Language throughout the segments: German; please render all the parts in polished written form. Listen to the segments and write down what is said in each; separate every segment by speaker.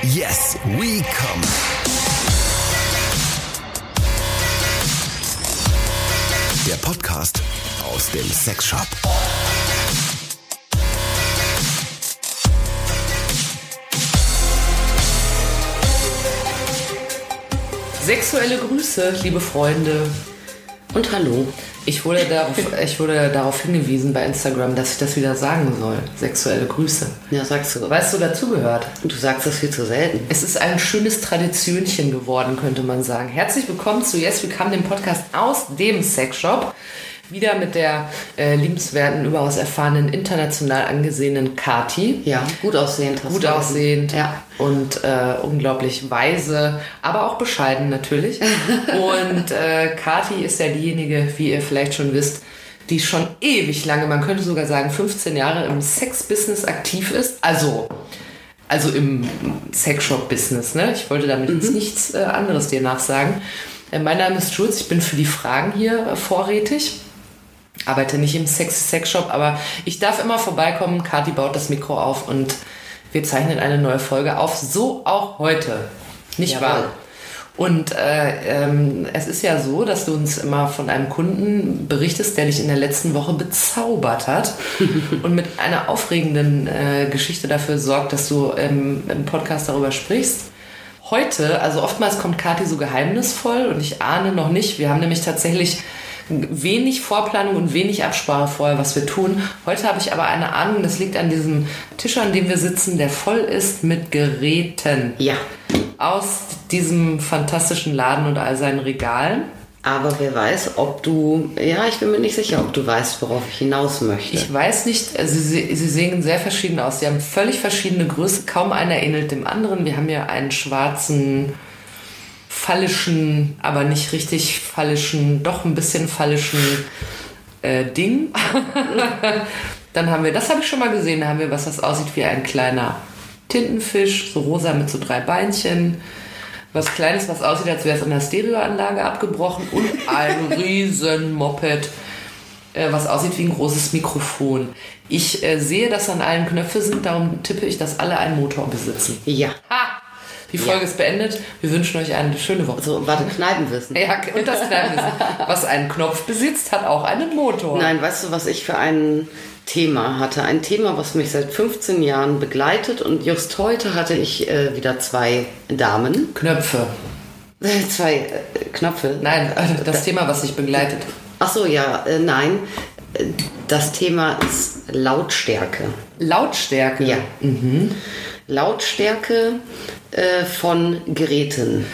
Speaker 1: Yes, we come. Der Podcast aus dem Sexshop.
Speaker 2: Sexuelle Grüße, liebe Freunde.
Speaker 3: Und hallo.
Speaker 2: Ich wurde darauf hingewiesen bei Instagram, dass ich das wieder sagen soll. Sexuelle Grüße.
Speaker 3: Ja, sagst du.
Speaker 2: Weißt du, dazugehört.
Speaker 3: Du sagst das viel zu selten.
Speaker 2: Es ist ein schönes Traditionchen geworden, könnte man sagen. Herzlich willkommen zu Yes, We Come, dem Podcast aus dem Sexshop. Wieder mit der liebenswerten, überaus erfahrenen, international angesehenen Kati.
Speaker 3: Ja, gut aussehend.
Speaker 2: Gut aussehend,
Speaker 3: ja.
Speaker 2: Und unglaublich weise, aber auch bescheiden natürlich. Und Kati ist ja diejenige, wie ihr vielleicht schon wisst, die schon ewig lange, man könnte sogar sagen 15 Jahre im Sex-Business aktiv ist. Also im Sexshop-Business, ne? Ich wollte damit jetzt nichts anderes dir nachsagen. Mein Name ist Jules, ich bin für die Fragen hier vorrätig. Arbeite nicht im Sexshop, aber ich darf immer vorbeikommen. Kati baut das Mikro auf und wir zeichnen eine neue Folge auf. So auch heute. Nicht wahr? Und es ist ja so, dass du uns immer von einem Kunden berichtest, der dich in der letzten Woche bezaubert hat und mit einer aufregenden Geschichte dafür sorgt, dass du im Podcast darüber sprichst. Heute, also oftmals kommt Kati so geheimnisvoll und ich ahne noch nicht. Wir haben nämlich tatsächlich wenig Vorplanung und wenig Absprache vorher, was wir tun. Heute habe ich aber eine Ahnung, das liegt an diesem Tisch, an dem wir sitzen, der voll ist mit Geräten.
Speaker 3: Ja.
Speaker 2: Aus diesem fantastischen Laden und all seinen Regalen.
Speaker 3: Aber wer weiß, ob du... Ja, ich bin mir nicht sicher, ob du weißt, worauf ich hinaus möchte.
Speaker 2: Ich weiß nicht. Sie sehen sehr verschieden aus. Sie haben völlig verschiedene Größe. Kaum einer ähnelt dem anderen. Wir haben hier einen schwarzen, phallischen, aber nicht richtig phallischen, doch ein bisschen phallischen Ding. Dann haben wir, das habe ich schon mal gesehen, da haben wir was aussieht wie ein kleiner Tintenfisch, so rosa mit so 3 Beinchen. Was Kleines, was aussieht, als wäre es an der Stereoanlage abgebrochen. Und ein riesen Moped, was aussieht wie ein großes Mikrofon. Ich sehe, dass an allen Knöpfe sind, darum tippe ich, dass alle einen Motor besitzen.
Speaker 3: Ja.
Speaker 2: Ha! Die Folge ist beendet. Wir wünschen euch eine schöne Woche.
Speaker 3: So, warte, Kneipenwissen.
Speaker 2: Ja, und das Kneipenwissen. Was einen Knopf besitzt, hat auch einen Motor.
Speaker 3: Nein, weißt du, was ich für ein Thema hatte? Ein Thema, was mich seit 15 Jahren begleitet. Und just heute hatte ich wieder 2 Damen.
Speaker 2: Knöpfe.
Speaker 3: 2 Knöpfe.
Speaker 2: Nein, das Thema, was sich begleitet.
Speaker 3: Ach so, ja, nein. Das Thema ist Lautstärke.
Speaker 2: Lautstärke?
Speaker 3: Ja. Lautstärke von Geräten.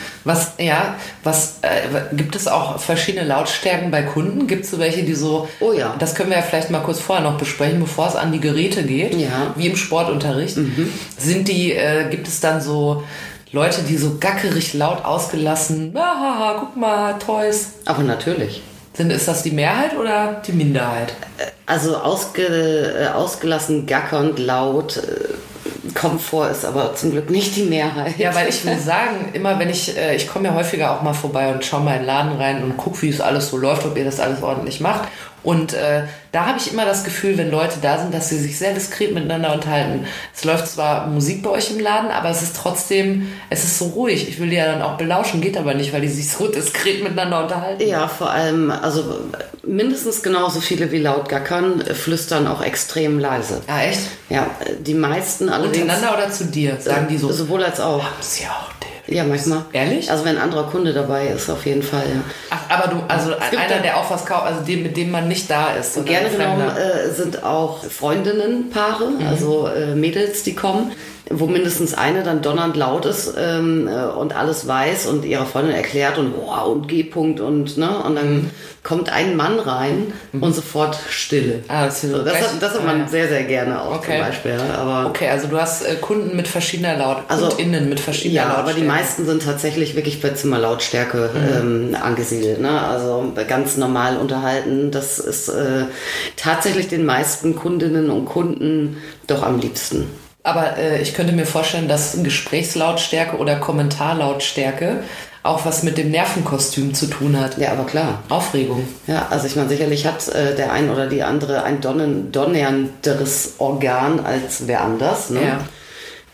Speaker 2: Gibt es auch verschiedene Lautstärken bei Kunden? Gibt es so welche, die so...
Speaker 3: Oh ja.
Speaker 2: Das können wir ja vielleicht mal kurz vorher noch besprechen, bevor es an die Geräte geht.
Speaker 3: Ja.
Speaker 2: Wie im Sportunterricht. Gibt es dann so Leute, die so gackerig laut ausgelassen, guck mal, Toys.
Speaker 3: Aber natürlich.
Speaker 2: Ist das die Mehrheit oder die Minderheit?
Speaker 3: Also ausgelassen, gackernd, laut... Komfort ist aber zum Glück nicht die Mehrheit.
Speaker 2: Ja, weil ich will sagen, immer wenn ich komme ja häufiger auch mal vorbei und schaue mal in den Laden rein und gucke, wie es alles so läuft, ob ihr das alles ordentlich macht. Und da habe ich immer das Gefühl, wenn Leute da sind, dass sie sich sehr diskret miteinander unterhalten. Es läuft zwar Musik bei euch im Laden, aber es ist so ruhig. Ich will die ja dann auch belauschen, geht aber nicht, weil die sich so diskret miteinander unterhalten.
Speaker 3: Ja, vor allem, also mindestens genauso viele wie laut gackern, flüstern auch extrem leise.
Speaker 2: Ah, echt?
Speaker 3: Ja, die meisten allerdings...
Speaker 2: Untereinander oder zu dir? Sagen die so?
Speaker 3: Sowohl als auch.
Speaker 2: Haben sie auch den?
Speaker 3: Ja, manchmal.
Speaker 2: Ehrlich?
Speaker 3: Also wenn ein anderer Kunde dabei ist, auf jeden Fall, ja.
Speaker 2: Ach, aber einer, der auch was kauft, also mit dem man nicht da ist.
Speaker 3: Gerne genommen sind auch Freundinnenpaare, also Mädels, die kommen, wo mindestens eine dann donnernd laut ist und alles weiß und ihrer Freundin erklärt und G-Punkt und dann kommt ein Mann rein und sofort Stille.
Speaker 2: Das
Speaker 3: hat man sehr, sehr gerne auch zum Beispiel. Aber
Speaker 2: okay, also du hast Kunden mit verschiedener KundInnen mit verschiedener Lautstärke.
Speaker 3: Aber die meisten sind tatsächlich wirklich bei Zimmerlautstärke angesiedelt. Ne? Also ganz normal unterhalten. Das ist tatsächlich den meisten Kundinnen und Kunden doch am liebsten.
Speaker 2: Aber ich könnte mir vorstellen, dass Gesprächslautstärke oder Kommentarlautstärke auch was mit dem Nervenkostüm zu tun hat.
Speaker 3: Ja, aber klar.
Speaker 2: Aufregung.
Speaker 3: Ja, also ich meine, sicherlich hat der ein oder die andere ein donnernderes Organ als wer anders. Ne?
Speaker 2: Ja.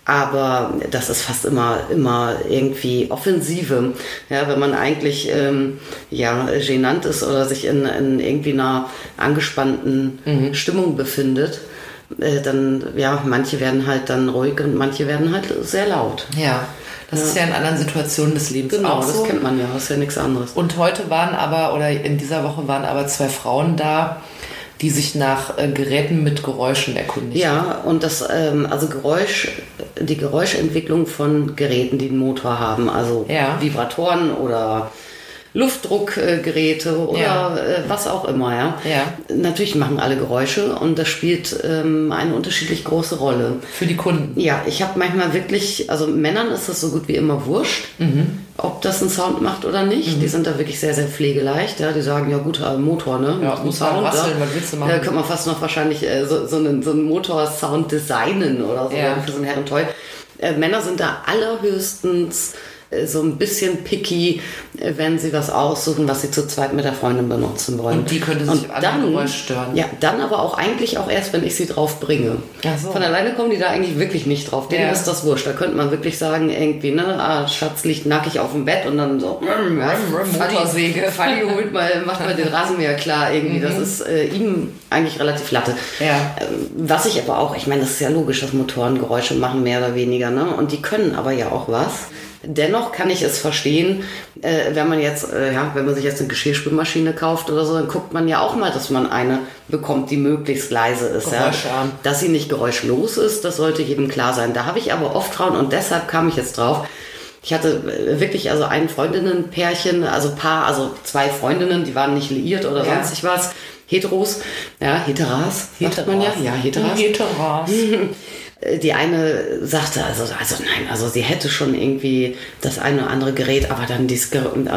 Speaker 3: Aber das ist fast immer irgendwie Offensive. Ja, wenn man eigentlich genannt ist oder sich in irgendwie einer angespannten Stimmung befindet, dann, manche werden halt dann ruhig und manche werden halt sehr laut.
Speaker 2: Ja, das ist ja in anderen Situationen des Lebens auch so.
Speaker 3: Genau, das kennt man ja, das ist ja nichts anderes.
Speaker 2: Und heute in dieser Woche waren aber 2 Frauen da, die sich nach Geräten mit Geräuschen erkundigt.
Speaker 3: Ja, und das, die Geräuschentwicklung von Geräten, die einen Motor haben, also Vibratoren oder Luftdruckgeräte oder was auch immer, ja. Natürlich machen alle Geräusche und das spielt eine unterschiedlich große Rolle.
Speaker 2: Für die Kunden?
Speaker 3: Ja, ich habe manchmal wirklich, also Männern ist das so gut wie immer wurscht, ob das einen Sound macht oder nicht. Die sind da wirklich sehr, sehr pflegeleicht. Ja, die sagen, ja gut, Motor, ne?
Speaker 2: Ja, muss Sound, rasseln, was willst du machen?
Speaker 3: Da könnte man fast noch wahrscheinlich so einen Motorsound designen oder so für so ein Herrentoy. Männer sind da allerhöchstens so ein bisschen picky, wenn sie was aussuchen, was sie zu zweit mit der Freundin benutzen wollen.
Speaker 2: Und die könnte sich an dem Geräusch stören.
Speaker 3: Ja, dann aber auch eigentlich auch erst, wenn ich sie drauf bringe.
Speaker 2: Ach so.
Speaker 3: Von alleine kommen die da eigentlich wirklich nicht drauf. Denen ist das wurscht. Da könnte man wirklich sagen, irgendwie, Schatz liegt nackig auf dem Bett und dann so,
Speaker 2: Motorsäge.
Speaker 3: Fanny macht mal den Rasenmäher klar irgendwie. Das ist ihm eigentlich relativ Latte.
Speaker 2: Ja.
Speaker 3: Was ich aber auch, ich meine, das ist ja logisch, dass Motoren Geräusche machen, mehr oder weniger, ne? Und die können aber ja auch was. Dennoch kann ich es verstehen, wenn man sich jetzt eine Geschirrspülmaschine kauft oder so, dann guckt man ja auch mal, dass man eine bekommt, die möglichst leise ist.
Speaker 2: Geräuscharm.
Speaker 3: Dass sie nicht geräuschlos ist, das sollte jedem klar sein. Da habe ich aber oft Frauen und deshalb kam ich jetzt drauf. Ich hatte wirklich ein Freundinnenpärchen, also 2 Freundinnen, die waren nicht liiert oder sonstig was. Heteros, Heteras, sagt man ja. Ja, Heteras.
Speaker 2: Heteras.
Speaker 3: Die eine sagte, also sie hätte schon irgendwie das eine oder andere Gerät, aber dann das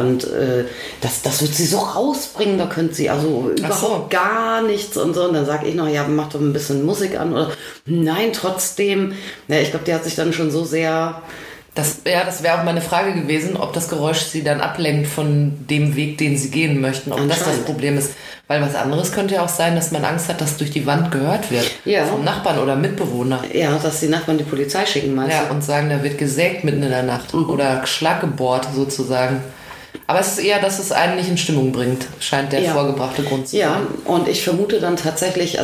Speaker 3: wird sie so rausbringen, da könnte sie also überhaupt gar nichts und so. Und dann sage ich noch, ja, mach doch ein bisschen Musik an oder nein, trotzdem. Ja, ich glaube, die hat sich dann schon so sehr...
Speaker 2: Das wäre auch meine Frage gewesen, ob das Geräusch sie dann ablenkt von dem Weg, den sie gehen möchten, ob das Problem ist. Weil was anderes könnte ja auch sein, dass man Angst hat, dass durch die Wand gehört wird. Ja. Vom Nachbarn oder Mitbewohner.
Speaker 3: Ja, dass die Nachbarn die Polizei schicken, meinst du?
Speaker 2: Ja, und sagen, da wird gesägt mitten in der Nacht oder Schlag gebohrt sozusagen. Aber es ist eher, dass es einen nicht in Stimmung bringt, scheint der vorgebrachte Grund zu sein.
Speaker 3: Ja, und ich vermute dann tatsächlich,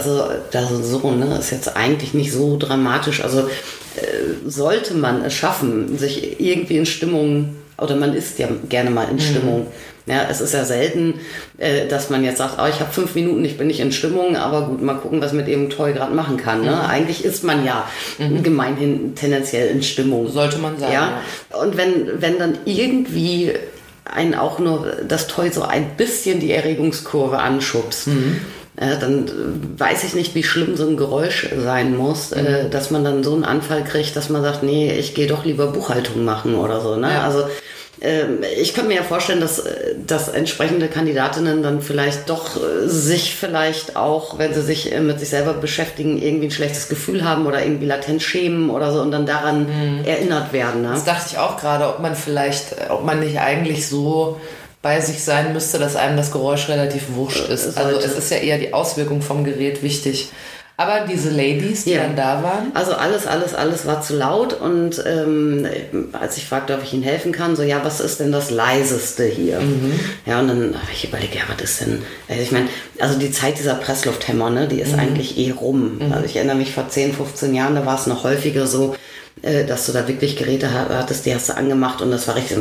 Speaker 3: ist jetzt eigentlich nicht so dramatisch, sollte man es schaffen, sich irgendwie in Stimmung, oder man ist ja gerne mal in Stimmung. Ja, es ist ja selten, dass man jetzt sagt, ich habe 5 Minuten, ich bin nicht in Stimmung, aber gut, mal gucken, was mit eben Toy gerade machen kann. Ne? Eigentlich ist man ja gemeinhin tendenziell in Stimmung.
Speaker 2: Sollte man sagen.
Speaker 3: Ja? Und wenn dann irgendwie einen auch nur das Toy so ein bisschen die Erregungskurve anschubst, dann weiß ich nicht, wie schlimm so ein Geräusch sein muss, dass man dann so einen Anfall kriegt, dass man sagt, nee, ich gehe doch lieber Buchhaltung machen oder so. Ne? Ja. Also ich könnte mir ja vorstellen, dass entsprechende Kandidatinnen dann vielleicht doch sich vielleicht auch, wenn sie sich mit sich selber beschäftigen, irgendwie ein schlechtes Gefühl haben oder irgendwie latent schämen oder so und dann daran erinnert werden. Ne?
Speaker 2: Das dachte ich auch gerade, ob man nicht eigentlich so bei sich sein müsste, dass einem das Geräusch relativ wurscht ist. Also es ist ja eher die Auswirkung vom Gerät wichtig. Aber diese Ladies, die dann da waren?
Speaker 3: Also alles war zu laut und als ich fragte, ob ich ihnen helfen kann, was ist denn das Leiseste hier? Ja, und dann habe ich überlegt, was ist denn, ich meine, also die Zeit dieser Presslufthämmer, ne, die ist eigentlich rum. Also ich erinnere mich vor 10, 15 Jahren, da war es noch häufiger so, dass du da wirklich Geräte hattest, die hast du angemacht und das war richtig,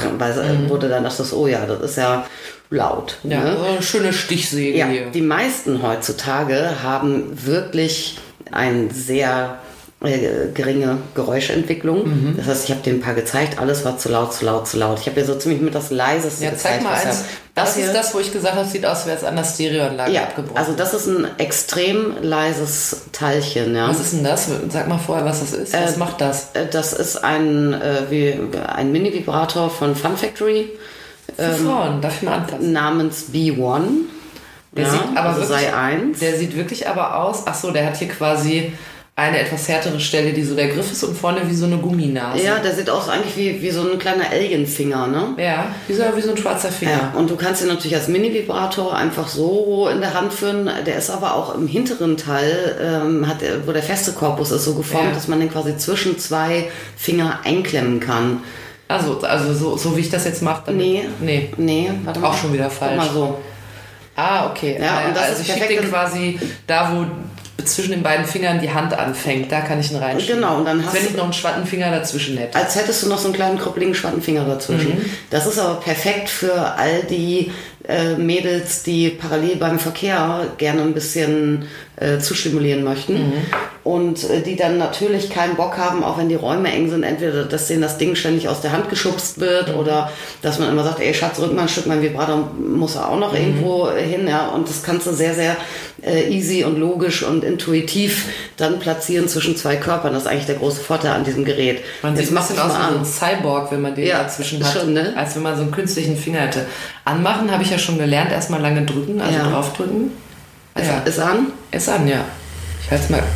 Speaker 3: wo du dann dachtest, das ist ja laut.
Speaker 2: Ja, ne? So eine schöne Stichsäge hier.
Speaker 3: Die meisten heutzutage haben wirklich eine sehr geringe Geräuschentwicklung. Das heißt, ich habe denen ein paar gezeigt, alles war zu laut. Ich habe ja so ziemlich mit das Leiseste gezeigt.
Speaker 2: Zeig mal eins. Das ist das, wo ich gesagt habe, sieht aus, als wäre es an der Stereoanlage abgebrochen.
Speaker 3: Also das ist ein extrem leises Teilchen. Ja.
Speaker 2: Was ist denn das? Sag mal vorher, was das ist. Was macht das?
Speaker 3: Das ist ein Mini-Vibrator von Fun Factory.
Speaker 2: Für Frauen, darf ich mal anpassen.
Speaker 3: Namens B1.
Speaker 2: Der sieht aber
Speaker 3: also
Speaker 2: wirklich,
Speaker 3: sei 1.
Speaker 2: Der sieht wirklich aber aus. Achso, der hat hier quasi eine etwas härtere Stelle, die so der Griff ist und vorne wie so eine Gumminase.
Speaker 3: Ja, der sieht aus eigentlich wie so ein kleiner Alien-Finger, ne?
Speaker 2: Ja, wie so ein schwarzer Finger.
Speaker 3: Ja, und du kannst ihn natürlich als Mini-Vibrator einfach so in der Hand führen. Der ist aber auch im hinteren Teil, wo der feste Korpus ist, so geformt, dass man den quasi zwischen 2 Finger einklemmen kann.
Speaker 2: Also so wie ich das jetzt mache?
Speaker 3: Nee,
Speaker 2: warte mal. Auch schon wieder falsch.
Speaker 3: Guck mal so.
Speaker 2: Ah, okay.
Speaker 3: Ja, und das
Speaker 2: also
Speaker 3: ist
Speaker 2: ich schiebe den quasi da, wo zwischen den beiden Fingern die Hand anfängt, da kann ich ihn reinschieben.
Speaker 3: Genau, und dann hast
Speaker 2: wenn ich noch einen Schwattenfinger dazwischen hätte.
Speaker 3: Als hättest du noch so einen kleinen krüppeligen Schwattenfinger dazwischen. Das ist aber perfekt für all die Mädels, die parallel beim Verkehr gerne ein bisschen zustimulieren möchten und die dann natürlich keinen Bock haben, auch wenn die Räume eng sind, entweder dass denen das Ding ständig aus der Hand geschubst wird oder dass man immer sagt, ey Schatz, rück mal ein Stück, mein Vibrator muss auch noch irgendwo hin, ja, und das kannst du sehr, sehr easy und logisch und intuitiv dann platzieren zwischen 2 Körpern. Das ist eigentlich der große Vorteil an diesem Gerät.
Speaker 2: Man sieht ein bisschen aus wie so ein Cyborg, wenn man den dazwischen hat,
Speaker 3: schon, ne?
Speaker 2: als wenn man so einen künstlichen Finger hätte. Anmachen habe ich ja schon gelernt, erstmal lange drücken, also draufdrücken.
Speaker 3: Ist an?
Speaker 2: Ist an, ja. Ich halte es mal.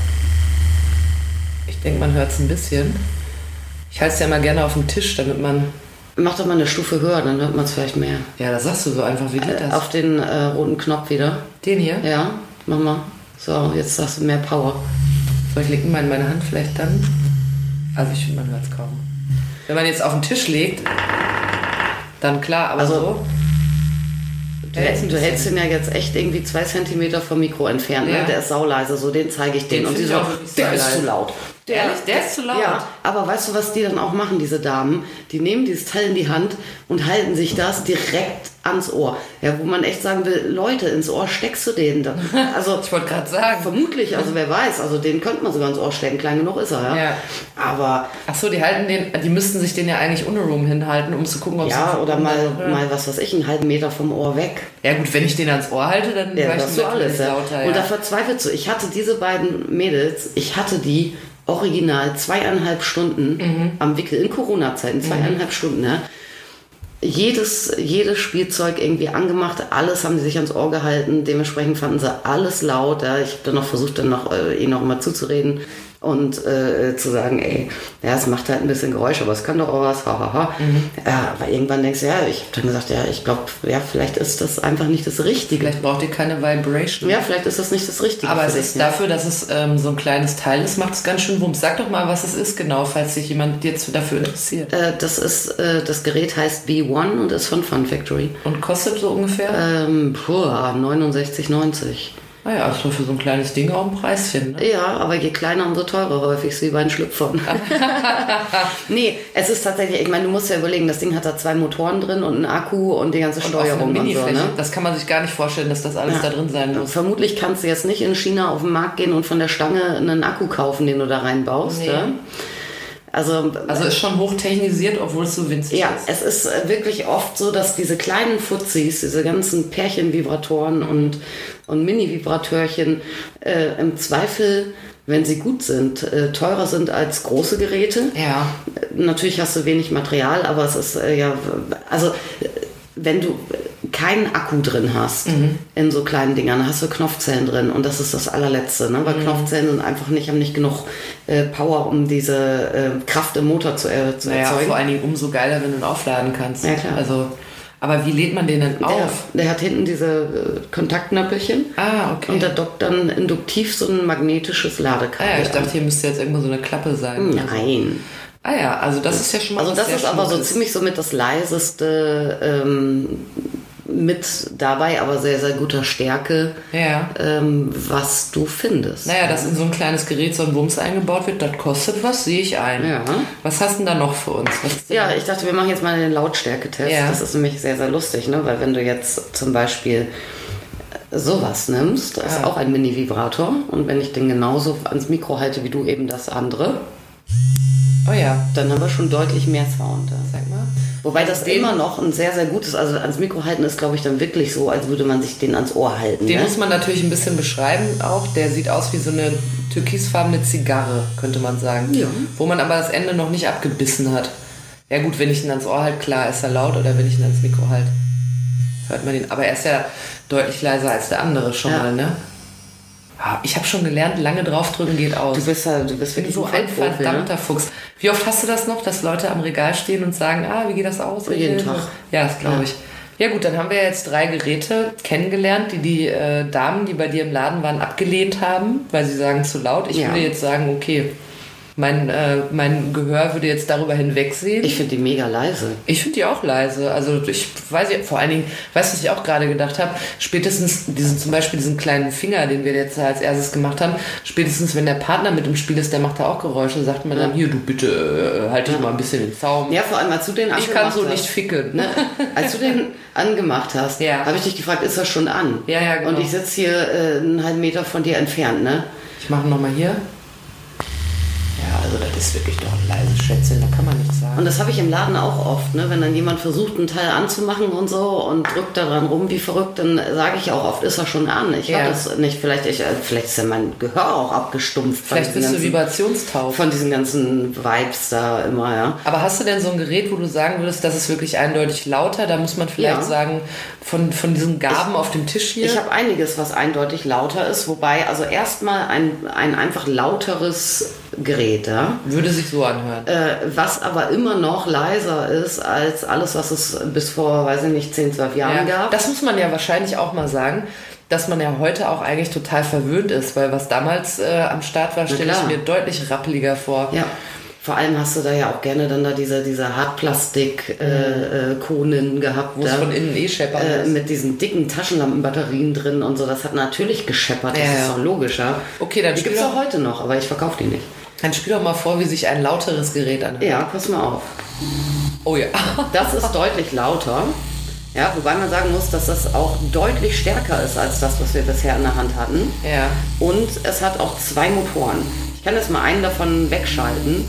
Speaker 2: Ich denke, man hört es ein bisschen. Ich halte es ja mal gerne auf dem Tisch, damit man.
Speaker 3: Mach doch mal eine Stufe höher, dann hört man es vielleicht mehr.
Speaker 2: Ja, das sagst du so einfach. Wie geht das?
Speaker 3: Auf den roten Knopf wieder.
Speaker 2: Den hier?
Speaker 3: Ja, mach mal. So, jetzt hast du mehr Power.
Speaker 2: Soll ich legen mal in meine Hand vielleicht dann? Also ich finde, man hört es kaum. Wenn man jetzt auf den Tisch legt, dann klar, aber so.
Speaker 3: Du hältst ihn ja jetzt echt irgendwie 2 Zentimeter vom Mikro entfernt. Ne? Der ist sauleise, so den zeige ich denen. Und die so, der ist zu laut.
Speaker 2: Der ist zu laut?
Speaker 3: Ja, aber weißt du, was die dann auch machen, diese Damen? Die nehmen dieses Teil in die Hand und halten sich das direkt ans Ohr. Ja, wo man echt sagen will, Leute, ins Ohr steckst du den dann. Also,
Speaker 2: ich wollte gerade sagen.
Speaker 3: Vermutlich, also wer weiß, also den könnte man sogar ins Ohr stecken, klein genug ist er, ja. Aber...
Speaker 2: Ach so, die müssten sich den ja eigentlich ohne Room hinhalten, um zu gucken, ob es...
Speaker 3: Ja, oder mal, was weiß ich, einen halben Meter vom Ohr weg.
Speaker 2: Ja gut, wenn ich den ans Ohr halte, dann
Speaker 3: hörst du alles,
Speaker 2: lauter.
Speaker 3: Und da verzweifelst du. Ich hatte diese beiden Mädels, die original 2,5 Stunden am Wickel in Corona-Zeiten, 2,5 Stunden, ja. Jedes Spielzeug irgendwie angemacht, alles haben sie sich ans Ohr gehalten, dementsprechend fanden sie alles laut. Ja. Ich habe dann noch versucht, ihnen noch mal zuzureden und zu sagen, ey, ja, es macht halt ein bisschen Geräusch, aber es kann doch auch was, hahaha. Aber irgendwann denkst du, ja, ich habe dann gesagt, ja, ich glaube, ja, vielleicht ist das einfach nicht das Richtige.
Speaker 2: Vielleicht braucht ihr keine Vibration.
Speaker 3: Ja, vielleicht ist das nicht das Richtige.
Speaker 2: Aber es ist dafür, dass es so ein kleines Teil ist, macht es ganz schön Wumms. Sag doch mal, was es ist genau, falls sich jemand jetzt dafür interessiert.
Speaker 3: Das Gerät heißt B1 und ist von Fun Factory.
Speaker 2: Und kostet so ungefähr?
Speaker 3: 69,90.
Speaker 2: Ah ja, also für so ein kleines Ding auch ein Preischen. Ne?
Speaker 3: Ja, aber je kleiner, umso teurer häufig, so wie bei den Schlüpfern. Nee, es ist tatsächlich, ich meine, du musst ja überlegen, das Ding hat da 2 Motoren drin und einen Akku und die ganze Steuerung und so. Ne?
Speaker 2: Das kann man sich gar nicht vorstellen, dass das alles da drin sein muss.
Speaker 3: Vermutlich kannst du jetzt nicht in China auf den Markt gehen und von der Stange einen Akku kaufen, den du da reinbaust. Nee. Ja? Also
Speaker 2: ist schon hochtechnisiert, obwohl es so winzig ist.
Speaker 3: Ja, es ist wirklich oft so, dass diese kleinen Fuzis, diese ganzen Pärchenvibratoren und Mini-Vibratörchen im Zweifel, wenn sie gut sind, teurer sind als große Geräte.
Speaker 2: Ja.
Speaker 3: Natürlich hast du wenig Material, aber es ist wenn du keinen Akku drin hast in so kleinen Dingern, hast du Knopfzellen drin und das ist das allerletzte, ne? Weil Knopfzellen sind einfach haben nicht genug Power, um diese Kraft im Motor zu erzeugen.
Speaker 2: Vor allen Dingen umso geiler, wenn du ihn aufladen kannst.
Speaker 3: Ja, klar.
Speaker 2: Also, aber wie lädt man den denn auf?
Speaker 3: Der hat hinten diese Kontaktnöppelchen.
Speaker 2: Ah, okay.
Speaker 3: Und da dockt dann induktiv so ein magnetisches Ladekabel.
Speaker 2: Ah ja, ich dachte, hier müsste jetzt irgendwo so eine Klappe sein.
Speaker 3: Nein.
Speaker 2: Ah ja, also das ist ja schon mal
Speaker 3: Also das ist aber so ziemlich so mit das leiseste mit dabei, aber sehr, sehr guter Stärke, was du findest.
Speaker 2: Naja, dass in so ein kleines Gerät so ein Wumms eingebaut wird, das kostet was, sehe ich ein. Ja. Was hast du denn da noch für uns?
Speaker 3: Ja, ich dachte, wir machen jetzt mal den Lautstärketest. Ja. Das ist nämlich sehr, sehr lustig, ne? Weil wenn du jetzt zum Beispiel sowas nimmst, das ist auch ein Mini-Vibrator und wenn ich den genauso ans Mikro halte wie du eben das andere,
Speaker 2: oh ja,
Speaker 3: dann haben wir schon deutlich mehr Sound.
Speaker 2: Sag mal.
Speaker 3: Wobei das immer noch ein sehr, sehr gutes, also ans Mikro halten ist, glaube ich, dann wirklich so, als würde man sich den ans Ohr halten.
Speaker 2: Den muss man natürlich ein bisschen beschreiben auch. Der sieht aus wie so eine türkisfarbene Zigarre, könnte man sagen. Ja. Wo man aber das Ende noch nicht abgebissen hat. Ja gut, wenn ich ihn ans Ohr halte, klar, ist er laut, oder wenn ich ihn ans Mikro halte, hört man ihn. Aber er ist ja deutlich leiser als der andere schon mal, ne? Ich habe schon gelernt, lange draufdrücken geht aus.
Speaker 3: Du bist wirklich
Speaker 2: so ein verdammter Fuchs. Wie oft hast du das noch, dass Leute am Regal stehen und sagen, wie geht das aus?
Speaker 3: Jeden Tag.
Speaker 2: Ja, das glaube ich. Ja gut, dann haben wir jetzt 3 Geräte kennengelernt, die Damen, die bei dir im Laden waren, abgelehnt haben, weil sie sagen, zu laut. Ich würde jetzt sagen, okay, mein Gehör würde jetzt darüber hinwegsehen.
Speaker 3: Ich finde die mega leise.
Speaker 2: Ich finde die auch leise. Also ich weiß ja, vor allen Dingen, weißt du, was ich auch gerade gedacht habe? Spätestens zum Beispiel diesen kleinen Finger, den wir jetzt als erstes gemacht haben, spätestens wenn der Partner mit im Spiel ist, der macht da auch Geräusche, sagt man dann, hier, du bitte, halt dich mal ein bisschen in den Zaum.
Speaker 3: Ja, vor allem als du den angemacht hast.
Speaker 2: Ich kann so nicht ficken.
Speaker 3: Ne? Als du den angemacht hast, habe ich dich gefragt, ist das schon an?
Speaker 2: Ja, genau.
Speaker 3: Und ich sitze hier einen halben Meter von dir entfernt, ne?
Speaker 2: Ich mache nochmal hier. Ja, also das ist wirklich doch ein leises Schätzchen, da kann man nichts sagen.
Speaker 3: Und das habe ich im Laden auch oft, ne? Wenn dann jemand versucht, einen Teil anzumachen und so und drückt da dran rum wie verrückt, dann sage ich auch oft, ist er schon an. Ich habe das nicht, vielleicht ist ja mein Gehör auch abgestumpft.
Speaker 2: Vielleicht bist du vibrationstaub.
Speaker 3: Von diesen ganzen Vibes da immer, ja.
Speaker 2: Aber hast du denn so ein Gerät, wo du sagen würdest, das ist wirklich eindeutig lauter? Da muss man vielleicht sagen, von diesen Gaben auf dem Tisch hier?
Speaker 3: Ich habe einiges, was eindeutig lauter ist, wobei, also erstmal ein einfach lauteres Gerät, ja.
Speaker 2: Würde sich so anhören.
Speaker 3: Was aber immer noch leiser ist als alles, was es bis vor, weiß ich nicht, 10, 12 Jahren gab.
Speaker 2: Das muss man ja wahrscheinlich auch mal sagen, dass man ja heute auch eigentlich total verwöhnt ist, weil was damals am Start war, stelle ich mir deutlich rappeliger vor.
Speaker 3: Ja. Vor allem hast du da ja auch gerne dann da diese Hartplastik-Konen gehabt.
Speaker 2: Wo es von innen scheppert ist.
Speaker 3: Mit diesen dicken Taschenlampenbatterien drin und so. Das hat natürlich gescheppert, das ist doch logisch, ja.
Speaker 2: Okay, dann
Speaker 3: die gibt es auch heute noch, aber ich verkaufe die nicht.
Speaker 2: Dann spiel doch mal vor, wie sich ein lauteres Gerät anhört.
Speaker 3: Ja, pass mal auf.
Speaker 2: Oh ja.
Speaker 3: Das ist deutlich lauter. Ja, wobei man sagen muss, dass das auch deutlich stärker ist als das, was wir bisher in der Hand hatten.
Speaker 2: Ja.
Speaker 3: Und es hat auch 2 Motoren. Ich kann jetzt mal einen davon wegschalten.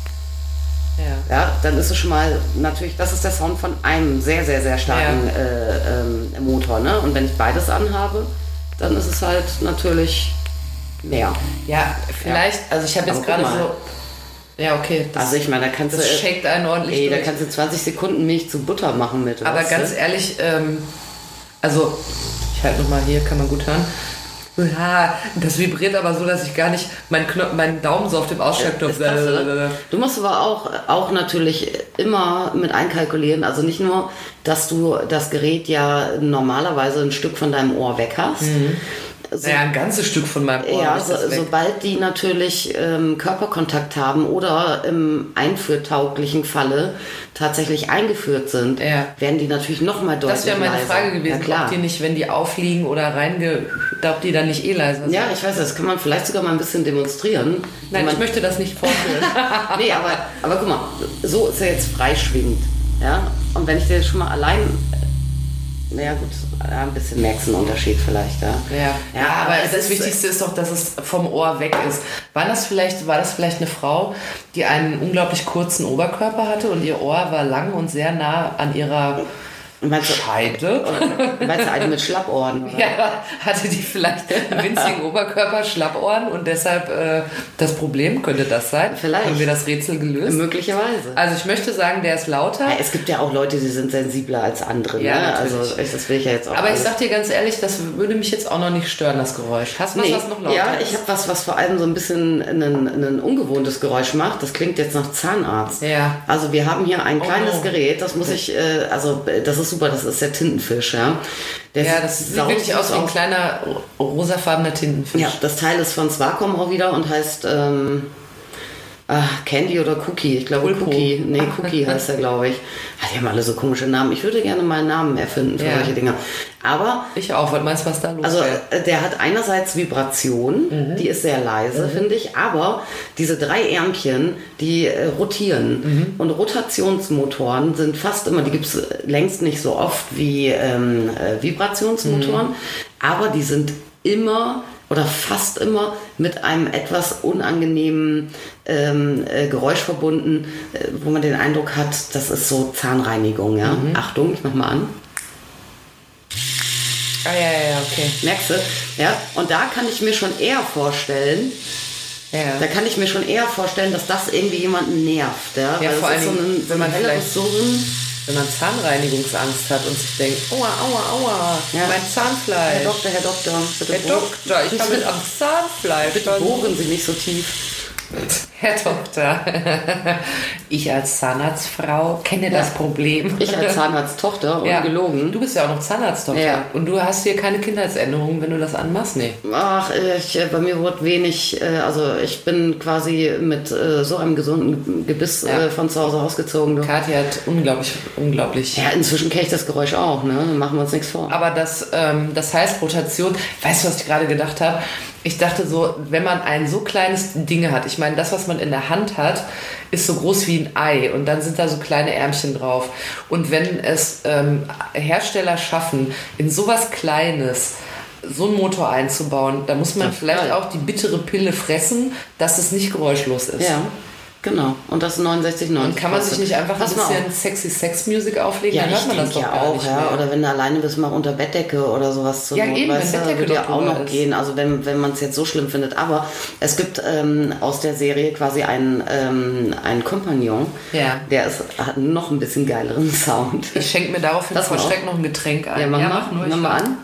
Speaker 3: Ja, dann ist es schon mal natürlich, das ist der Sound von einem sehr, sehr, sehr starken Motor. Ne? Und wenn ich beides anhabe, dann ist es halt natürlich mehr.
Speaker 2: Ja, vielleicht, also ich habe jetzt gerade so... Ja, okay.
Speaker 3: Also ich meine, da kannst
Speaker 2: das shakt einen ordentlich
Speaker 3: da kannst du 20 Sekunden Milch zu Butter machen mit.
Speaker 2: Aber ganz ehrlich, also ich halte nochmal hier, kann man gut hören. Ja, das vibriert aber so, dass ich gar nicht meinen Daumen so auf dem Ausschaltknopf.
Speaker 3: Du musst aber auch natürlich immer mit einkalkulieren, also nicht nur, dass du das Gerät ja normalerweise ein Stück von deinem Ohr weg hast.
Speaker 2: Ein ganzes Stück von meinem Ohr.
Speaker 3: Ja, sobald die natürlich Körperkontakt haben oder im einführtauglichen Falle tatsächlich eingeführt sind, werden die natürlich noch mal deutlich leiser.
Speaker 2: Das wäre meine Frage gewesen, ob die nicht, wenn die aufliegen oder ob die dann nicht leiser sind.
Speaker 3: Ja, ich weiß, das kann man vielleicht sogar mal ein bisschen demonstrieren.
Speaker 2: Nein, ich möchte das nicht vorführen.
Speaker 3: Nee, aber guck mal, so ist er jetzt freischwingend. Ja? Und wenn ich den schon mal allein... Naja gut, ein bisschen merkst du einen Unterschied vielleicht, ja.
Speaker 2: Ja, aber das Wichtigste ist doch, dass es vom Ohr weg ist. War das vielleicht eine Frau, die einen unglaublich kurzen Oberkörper hatte und ihr Ohr war lang und sehr nah an ihrer Scheide?
Speaker 3: Meinst du eine mit Schlappohren? Oder?
Speaker 2: Ja, hatte die vielleicht einen winzigen Oberkörper, Schlappohren und deshalb das Problem, könnte das sein?
Speaker 3: Vielleicht.
Speaker 2: Haben wir das Rätsel gelöst?
Speaker 3: Möglicherweise.
Speaker 2: Also ich möchte sagen, der ist lauter.
Speaker 3: Ja, es gibt ja auch Leute, die sind sensibler als andere.
Speaker 2: Ja,
Speaker 3: ne?
Speaker 2: natürlich.
Speaker 3: Also das will ich ja jetzt auch.
Speaker 2: Aber ich sag dir ganz ehrlich, das würde mich jetzt auch noch nicht stören, das Geräusch. Hast du was noch lauter
Speaker 3: Ja,
Speaker 2: ist?
Speaker 3: ich habe was vor allem so ein bisschen ein ungewohntes Geräusch macht. Das klingt jetzt nach Zahnarzt.
Speaker 2: Ja.
Speaker 3: Also wir haben hier ein kleines Gerät, das muss ich, das ist super, das ist der Tintenfisch, ja.
Speaker 2: Das sieht wirklich aus wie ein kleiner rosafarbener Tintenfisch.
Speaker 3: Ja, das Teil ist von Swacom auch wieder und heißt Candy oder Cookie. Ich glaube Cookie. Nee, Cookie heißt er, glaube ich. Die haben alle so komische Namen. Ich würde gerne mal einen Namen erfinden für solche Dinge. Aber...
Speaker 2: Ich auch. Was meinst du, was da los ist?
Speaker 3: Also der hat einerseits Vibration, die ist sehr leise, finde ich, aber diese 3 Ärmchen, die rotieren. Und Rotationsmotoren sind fast immer, die gibt es längst nicht so oft wie Vibrationsmotoren, aber die sind immer oder fast immer mit einem etwas unangenehmen Geräusch verbunden, wo man den Eindruck hat, das ist so Zahnreinigung. Ja? Achtung, ich mach mal an.
Speaker 2: Ja, okay.
Speaker 3: Merkst du? Ja, und da kann ich mir schon eher vorstellen, dass das irgendwie jemanden nervt. Ja,
Speaker 2: ja,
Speaker 3: weil
Speaker 2: vor allem,
Speaker 3: so wenn man
Speaker 2: vielleicht
Speaker 3: Surren.
Speaker 2: wenn man Zahnreinigungsangst hat und sich denkt, aua, aua, aua, mein Zahnfleisch.
Speaker 3: Herr Doktor, bitte
Speaker 2: Herr Doktor, ich habe mit am Zahnfleisch.
Speaker 3: Bitte bohren Sie nicht so tief.
Speaker 2: Herr Doktor, ich als Zahnarztfrau kenne das Problem.
Speaker 3: Ich als Zahnarzttochter, ungelogen.
Speaker 2: Du bist ja auch noch Zahnarzttochter. Ja. Und du hast hier keine Kindheitsänderungen, wenn du das anmachst? Nee.
Speaker 3: Ach, bei mir wurde wenig, also ich bin quasi mit so einem gesunden Gebiss von zu Hause ausgezogen.
Speaker 2: Kathi hat unglaublich.
Speaker 3: Ja, inzwischen kenne ich das Geräusch auch, ne? Machen wir uns nichts vor.
Speaker 2: Aber das heißt Rotation, weißt du, was ich gerade gedacht habe? Ich dachte so, wenn man ein so kleines Ding hat, ich meine, das, was man in der Hand hat, ist so groß wie ein Ei und dann sind da so kleine Ärmchen drauf. Und wenn es Hersteller schaffen, in sowas Kleines so einen Motor einzubauen, da muss man vielleicht auch die bittere Pille fressen, dass es nicht geräuschlos ist.
Speaker 3: Ja. Genau, und das 69,90.
Speaker 2: Und kann man sich nicht einfach ein bisschen sexy Sex-Music auflegen?
Speaker 3: Ja,
Speaker 2: dann hört man das doch
Speaker 3: ja
Speaker 2: gar
Speaker 3: auch,
Speaker 2: nicht
Speaker 3: ja.
Speaker 2: mehr.
Speaker 3: Oder wenn du alleine bist, mal unter Bettdecke oder sowas zu
Speaker 2: Eben,
Speaker 3: weißt
Speaker 2: wenn Bettdecke
Speaker 3: würde ja auch noch
Speaker 2: ist.
Speaker 3: gehen, also wenn man es jetzt so schlimm findet. Aber es gibt aus der Serie quasi einen Kompagnon, der hat noch ein bisschen geileren Sound.
Speaker 2: Ich schenke mir daraufhin versteckt noch ein Getränk ein.
Speaker 3: Ja, mach mal an.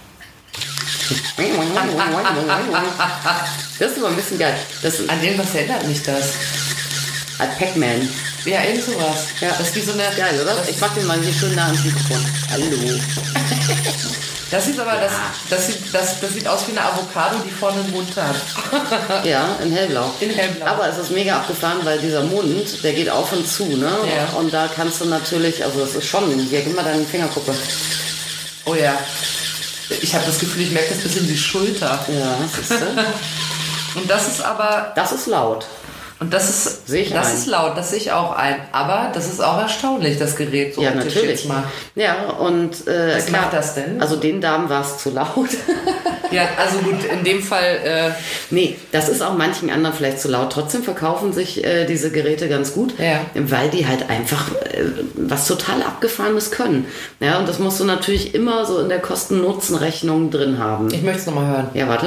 Speaker 3: Das ist aber ein bisschen geil.
Speaker 2: An dem, was erinnert mich das?
Speaker 3: Pac-Man.
Speaker 2: Ja, irgend sowas.
Speaker 3: Ja.
Speaker 2: Das ist wie so eine...
Speaker 3: Geil, oder? Ich mach den mal hier schön nah ans Mikrofon. Hallo.
Speaker 2: Das sieht aber, das sieht aus wie eine Avocado, die vorne einen Mund hat.
Speaker 3: Ja, in hellblau.
Speaker 2: In hellblau.
Speaker 3: Aber es ist mega abgefahren, weil dieser Mund, der geht auf und zu, ne?
Speaker 2: Ja.
Speaker 3: Und da kannst du natürlich, also das ist schon, hier, gib mal deine Fingerkuppe.
Speaker 2: Oh ja. Ich habe das Gefühl, ich merke das bis in die Schulter.
Speaker 3: Ja, siehst du?
Speaker 2: Und das ist aber...
Speaker 3: Das ist laut.
Speaker 2: Und das ist laut, das sehe ich auch ein. Aber das ist auch erstaunlich, das Gerät. So
Speaker 3: ja, natürlich.
Speaker 2: Jetzt mal.
Speaker 3: Ja, und
Speaker 2: was macht das denn?
Speaker 3: Also den Damen war es zu laut.
Speaker 2: Ja, also gut, in dem Fall...
Speaker 3: Nee, das ist auch manchen anderen vielleicht zu laut. Trotzdem verkaufen sich diese Geräte ganz gut, weil die halt einfach was total Abgefahrenes können. Ja, und das musst du natürlich immer so in der Kosten-Nutzen-Rechnung drin haben.
Speaker 2: Ich möchte es nochmal hören.
Speaker 3: Ja, warte.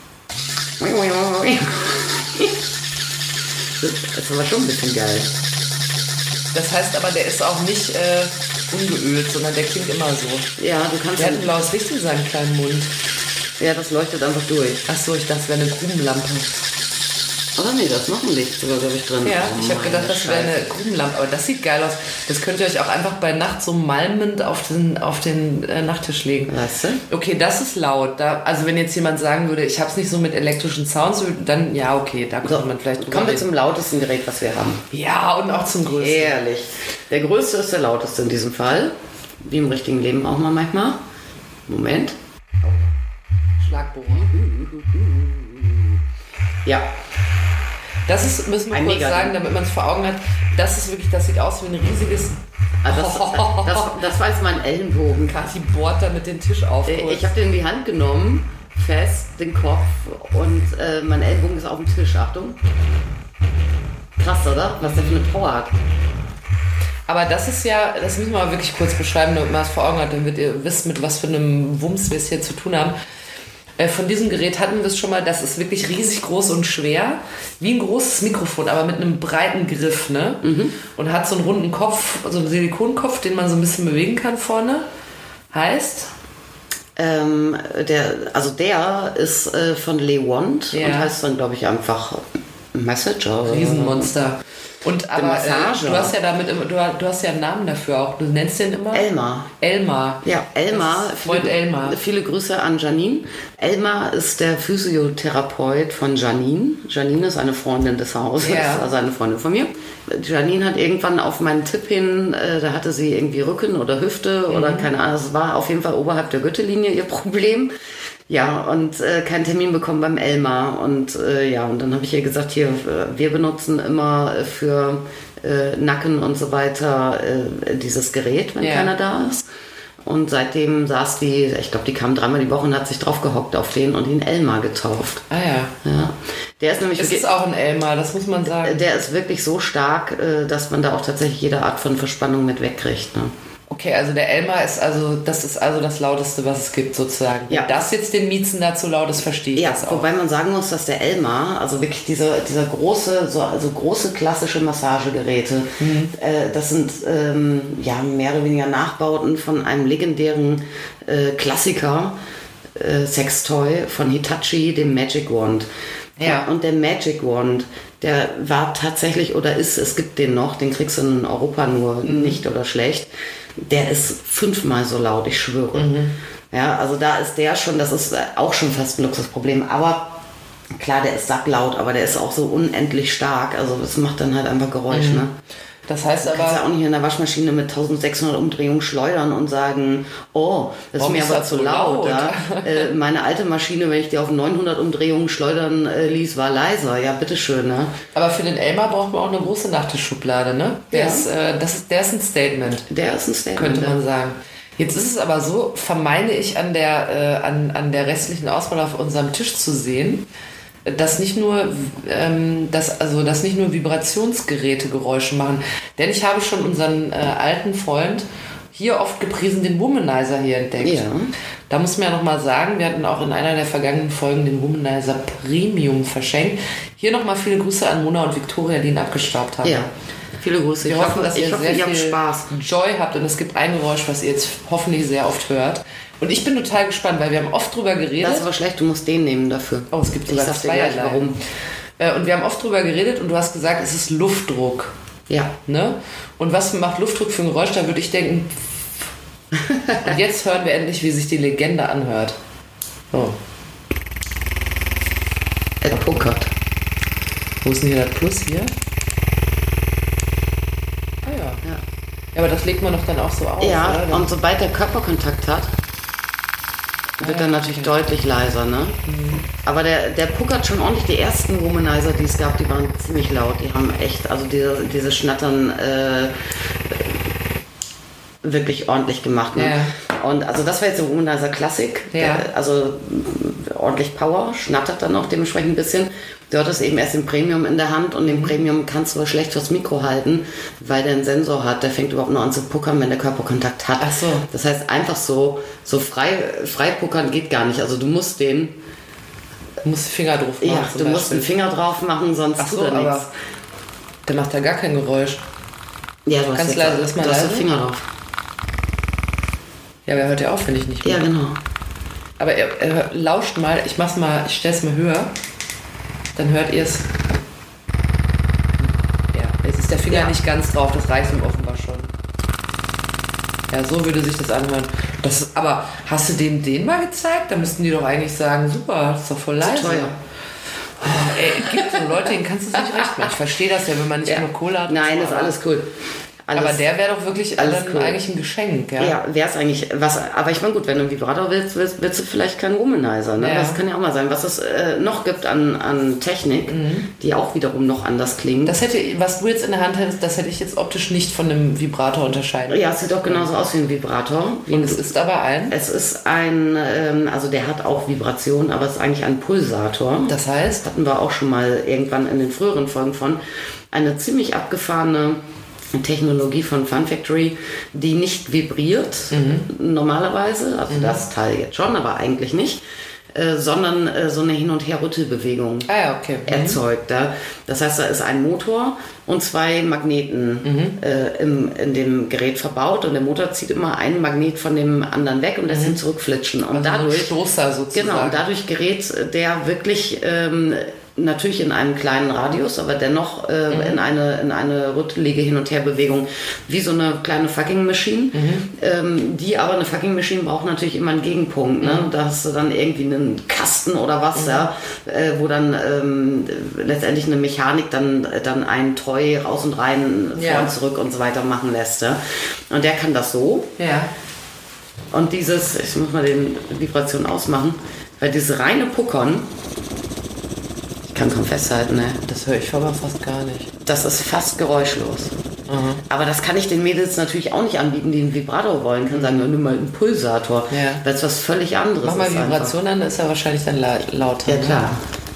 Speaker 3: Das ist aber schon ein bisschen geil.
Speaker 2: Das heißt aber, der ist auch nicht ungeölt, sondern der klingt immer so.
Speaker 3: Ja, du kannst...
Speaker 2: Der hat ein blaues Licht in seinem kleinen Mund.
Speaker 3: Ja, das leuchtet einfach durch.
Speaker 2: Achso, ich dachte, es wäre eine Grubenlampe.
Speaker 3: Aber nee, da ist noch ein Licht sogar, glaube ich, drin.
Speaker 2: Ja, ich habe gedacht, das wäre eine Grubenlampe. Aber das sieht geil aus. Das könnt ihr euch auch einfach bei Nacht so malmend auf den Nachttisch legen.
Speaker 3: Weißt du?
Speaker 2: Okay, das ist laut. Also wenn jetzt jemand sagen würde, ich habe es nicht so mit elektrischen Sounds, dann ja, okay, da könnte man vielleicht drüber
Speaker 3: Kommen wir
Speaker 2: reden.
Speaker 3: zum lautesten Gerät, was wir haben.
Speaker 2: Ja, und auch zum größten.
Speaker 3: Ehrlich. Der größte ist der lauteste in diesem Fall. Wie im richtigen Leben auch mal manchmal. Moment.
Speaker 2: Schlagbohrer.
Speaker 3: Ja.
Speaker 2: Das ist, müssen wir kurz sagen, damit man es vor Augen hat, das ist wirklich, das sieht aus wie ein riesiges...
Speaker 3: Das war jetzt mein Ellenbogen.
Speaker 2: Kathi bohrt da mit dem Tisch auf.
Speaker 3: Ich habe den in die Hand genommen, fest, den Kopf, und mein Ellenbogen ist auf dem Tisch. Achtung. Krass, oder? Was der für eine Power hat.
Speaker 2: Aber das ist ja, das müssen wir mal wirklich kurz beschreiben, damit man es vor Augen hat, damit ihr wisst, mit was für einem Wumms wir es hier zu tun haben. Von diesem Gerät hatten wir es schon mal, das ist wirklich riesig groß und schwer, wie ein großes Mikrofon, aber mit einem breiten Griff, ne? Mhm. Und hat so einen runden Kopf, so einen Silikonkopf, den man so ein bisschen bewegen kann vorne. Heißt?
Speaker 3: Der ist von LeWand und heißt dann, glaube ich, einfach Messenger.
Speaker 2: Riesenmonster. Und aber
Speaker 3: Massage.
Speaker 2: Du hast ja damit immer, du hast ja einen Namen dafür auch. Du nennst den immer? Elmar.
Speaker 3: Ja, Elmar.
Speaker 2: Elmar.
Speaker 3: Viele Grüße an Janine. Elmar ist der Physiotherapeut von Janine. Janine ist eine Freundin des Hauses, also eine Freundin von mir. Janine hat irgendwann auf meinen Tipp hin, da hatte sie irgendwie Rücken oder Hüfte oder keine Ahnung, es war auf jeden Fall oberhalb der Gürtellinie ihr Problem. Ja, und keinen Termin bekommen beim Elmar. Und und dann habe ich ihr gesagt, hier, wir benutzen immer für Nacken und so weiter dieses Gerät, wenn keiner da ist. Und seitdem saß die, ich glaube, die kam 3-mal die Woche und hat sich drauf gehockt auf den und ihn Elmar getauft.
Speaker 2: Ah ja.
Speaker 3: Ja. Der ist nämlich...
Speaker 2: Es ist auch ein Elmar, das muss man sagen.
Speaker 3: Der ist wirklich so stark, dass man da auch tatsächlich jede Art von Verspannung mit wegkriegt. Ne?
Speaker 2: Okay, also der Elmar ist das ist das Lauteste, was es gibt sozusagen.
Speaker 3: Ja.
Speaker 2: Wenn das jetzt den Miezen dazu laut ist, verstehe ich das auch.
Speaker 3: Wobei man sagen muss, dass der Elmar, also wirklich dieser große, große klassische Massagegeräte, das sind mehr oder weniger Nachbauten von einem legendären Klassiker, Sextoy von Hitachi, dem Magic Wand.
Speaker 2: Ja.
Speaker 3: Und der Magic Wand, der war tatsächlich es gibt den noch, den kriegst du in Europa nur nicht oder schlecht. Der ist 5-mal so laut, ich schwöre. Ja, also da ist der schon, das ist auch schon fast ein Luxusproblem. Aber klar, der ist sacklaut, aber der ist auch so unendlich stark. Also das macht dann halt einfach Geräusch, ne?
Speaker 2: Das heißt
Speaker 3: Du kannst ja
Speaker 2: aber,
Speaker 3: auch nicht in der Waschmaschine mit 1600 Umdrehungen schleudern und sagen, oh, das ist
Speaker 2: Warum
Speaker 3: mir
Speaker 2: ist
Speaker 3: aber
Speaker 2: das
Speaker 3: zu
Speaker 2: so
Speaker 3: laut.
Speaker 2: laut?
Speaker 3: Ja? Meine alte Maschine, wenn ich die auf 900 Umdrehungen schleudern ließ, war leiser. Ja, bitteschön. Ne?
Speaker 2: aber für den Elmar braucht man auch eine große Nachttischschublade, ne? Der ist ein Statement.
Speaker 3: Der ist ein Statement.
Speaker 2: Könnte man sagen. Jetzt ist es aber so, vermeine ich an der restlichen Auswahl auf unserem Tisch zu sehen, dass nicht nur Vibrationsgeräte Geräusche machen. Denn ich habe schon unseren alten Freund hier oft gepriesen, den Womanizer hier entdeckt.
Speaker 3: Ja.
Speaker 2: Da muss man ja nochmal sagen, wir hatten auch in einer der vergangenen Folgen den Womanizer Premium verschenkt. Hier nochmal viele Grüße an Mona und Victoria, die ihn abgestaubt haben.
Speaker 3: Ja, viele Grüße.
Speaker 2: Wir hoffen, dass ihr sehr
Speaker 3: ihr habt
Speaker 2: viel
Speaker 3: Spaß.
Speaker 2: Joy habt und es gibt ein Geräusch, was ihr jetzt hoffentlich sehr oft hört. Und ich bin total gespannt, weil wir haben oft drüber geredet.
Speaker 3: Das ist aber schlecht, du musst den nehmen dafür.
Speaker 2: Oh, es gibt sogar
Speaker 3: ich sag dir gleich,
Speaker 2: zweierlei.
Speaker 3: warum.
Speaker 2: Und wir haben oft drüber geredet und du hast gesagt, es ist Luftdruck.
Speaker 3: Ja.
Speaker 2: Ne? Und was macht Luftdruck für ein Geräusch? Da würde ich denken... Und jetzt hören wir endlich, wie sich die Legende anhört. So.
Speaker 3: Er puckert.
Speaker 2: Wo ist denn hier das Plus hier? Ah ja. Ja, aber das legt man doch dann auch so aus,
Speaker 3: Ja,
Speaker 2: oder?
Speaker 3: und sobald der Körperkontakt hat, wird er natürlich deutlich leiser, ne? Aber der puckert schon ordentlich. Die ersten Womanizer, die es gab, die waren ziemlich laut. Die haben echt, also diese Schnattern wirklich ordentlich gemacht. Ne?
Speaker 2: Ja.
Speaker 3: Und also das war jetzt der Womanizer Classic.
Speaker 2: Ja.
Speaker 3: Also ordentlich Power, schnattert dann auch dementsprechend ein bisschen. Du hattest eben erst den Premium in der Hand und den Premium kannst du aber schlecht fürs Mikro halten, weil der einen Sensor hat, der fängt überhaupt nur an zu puckern, wenn der Körperkontakt hat.
Speaker 2: Ach so.
Speaker 3: Das heißt, einfach so frei puckern geht gar nicht. Also du musst den...
Speaker 2: Du musst den Finger drauf machen.
Speaker 3: Ja, du musst den Finger drauf machen, sonst
Speaker 2: Ach so,
Speaker 3: tut er nichts.
Speaker 2: aber der macht ja gar kein Geräusch.
Speaker 3: Ja, du hast
Speaker 2: Ganz
Speaker 3: jetzt,
Speaker 2: leise, lass mal
Speaker 3: du hast
Speaker 2: leise.
Speaker 3: den Finger drauf.
Speaker 2: Ja, aber er hört ja auf, wenn ich nicht mehr.
Speaker 3: Ja, genau.
Speaker 2: Aber er lauscht mal, ich stell's mal höher, dann hört ihr es. Ja, jetzt ist der Finger
Speaker 3: Ja.
Speaker 2: nicht ganz drauf, das reicht ihm offenbar schon. Ja, so würde sich das anhören. Aber hast du dem den mal gezeigt? Da müssten die doch eigentlich sagen, super, das ist doch voll leise.
Speaker 3: teuer.
Speaker 2: Oh, ey, es gibt so Leute, denen kannst du es nicht recht machen. Ich verstehe das ja, wenn man nicht
Speaker 3: Ja.
Speaker 2: genug Kohle hat.
Speaker 3: Nein,
Speaker 2: so,
Speaker 3: ist alles cool. Alles,
Speaker 2: aber der wäre doch wirklich
Speaker 3: alles
Speaker 2: dann
Speaker 3: cool.
Speaker 2: eigentlich ein Geschenk, ja?
Speaker 3: Ja, wäre es eigentlich was. Aber ich meine, gut, wenn du einen Vibrator willst du vielleicht keinen Womanizer. Ne?
Speaker 2: Ja.
Speaker 3: Das kann ja auch mal sein. Was es noch gibt an Technik, die auch wiederum noch anders klingt.
Speaker 2: Was du jetzt in der Hand hättest, das hätte ich jetzt optisch nicht von einem Vibrator unterscheiden.
Speaker 3: Ja, es sieht doch genauso aus wie ein Vibrator.
Speaker 2: Und es ist aber ein?
Speaker 3: Es ist ein, also der hat auch Vibration, aber es ist eigentlich ein Pulsator.
Speaker 2: Das heißt?
Speaker 3: Hatten wir auch schon mal irgendwann in den früheren Folgen von. Eine ziemlich abgefahrene Technologie von Fun Factory, die nicht vibriert normalerweise, also das Teil jetzt schon, aber eigentlich nicht, sondern so eine Hin- und Her-Rüttelbewegung
Speaker 2: Ah ja, okay.
Speaker 3: erzeugt. Ja. Das heißt, da ist ein Motor und 2 Magneten in dem Gerät verbaut und der Motor zieht immer einen Magnet von dem anderen weg und lässt ihn zurückflitschen. Und
Speaker 2: Also
Speaker 3: dadurch,
Speaker 2: ein Stoßer sozusagen.
Speaker 3: genau, und dadurch gerät der wirklich natürlich in einem kleinen Radius, aber dennoch in eine rüttelige Hin- und Herbewegung, wie so eine kleine Fucking Machine. Die aber eine Fucking Machine braucht natürlich immer einen Gegenpunkt. Ne? Da hast du dann irgendwie einen Kasten oder was, ja, wo dann letztendlich eine Mechanik dann ein Toy raus und rein, vor und zurück und so weiter machen lässt. Ja? Und der kann das so.
Speaker 2: Ja.
Speaker 3: Und ich muss mal die Vibration ausmachen, weil dieses reine Puckern, ich kann kaum festhalten, ne?
Speaker 2: Das höre ich aber fast gar nicht.
Speaker 3: Das ist fast geräuschlos. Aber das kann ich den Mädels natürlich auch nicht anbieten, die einen Vibrator wollen. Kann sagen, nimm mal einen Pulsator,
Speaker 2: Ja.
Speaker 3: weil es was völlig anderes
Speaker 2: Mach mal
Speaker 3: ist.
Speaker 2: Vibration an, ist ja wahrscheinlich dann lauter.
Speaker 3: Ja, klar.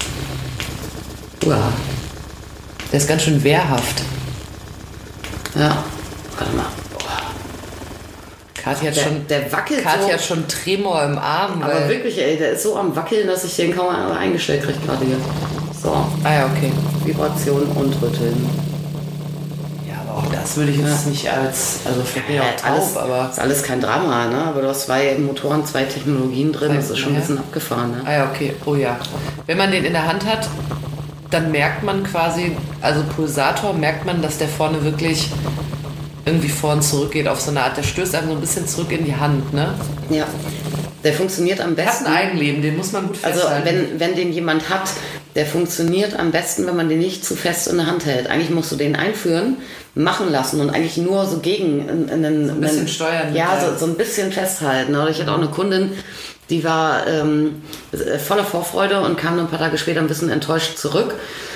Speaker 2: Wow. Der ist ganz schön wehrhaft.
Speaker 3: Ja, warte mal.
Speaker 2: Kathi hat
Speaker 3: der wackelt
Speaker 2: Kathi
Speaker 3: so.
Speaker 2: hat schon Tremor im Arm.
Speaker 3: Aber wirklich, ey, der ist so am Wackeln, dass ich den kaum eingestellt kriege gerade hier. So.
Speaker 2: Ah ja, okay.
Speaker 3: Vibration und Rütteln.
Speaker 2: Ja, aber auch das würde ich jetzt nicht als... Also vielleicht bin ich auch taub, aber...
Speaker 3: Ist alles kein Drama, ne? Aber du hast 2 Motoren, 2 Technologien drin, das ist schon ein bisschen abgefahren, ne?
Speaker 2: Ah ja, okay. Oh ja. Wenn man den in der Hand hat, dann merkt man quasi, also Pulsator, merkt man, dass der vorne wirklich irgendwie vor und zurück geht auf so eine Art, der stößt einem so ein bisschen zurück in die Hand, ne?
Speaker 3: Ja. Der funktioniert am
Speaker 2: Der hat
Speaker 3: besten.
Speaker 2: ein Eigenleben, den muss man gut
Speaker 3: Also
Speaker 2: festhalten.
Speaker 3: wenn den jemand hat, der funktioniert am besten, wenn man den nicht zu fest in der Hand hält. Eigentlich musst du den einführen, machen lassen und eigentlich nur so gegen
Speaker 2: ein bisschen steuern.
Speaker 3: Ja, so ein bisschen festhalten. Oder ich hatte auch eine Kundin, die war voller Vorfreude und kam dann ein paar Tage später ein bisschen enttäuscht zurück,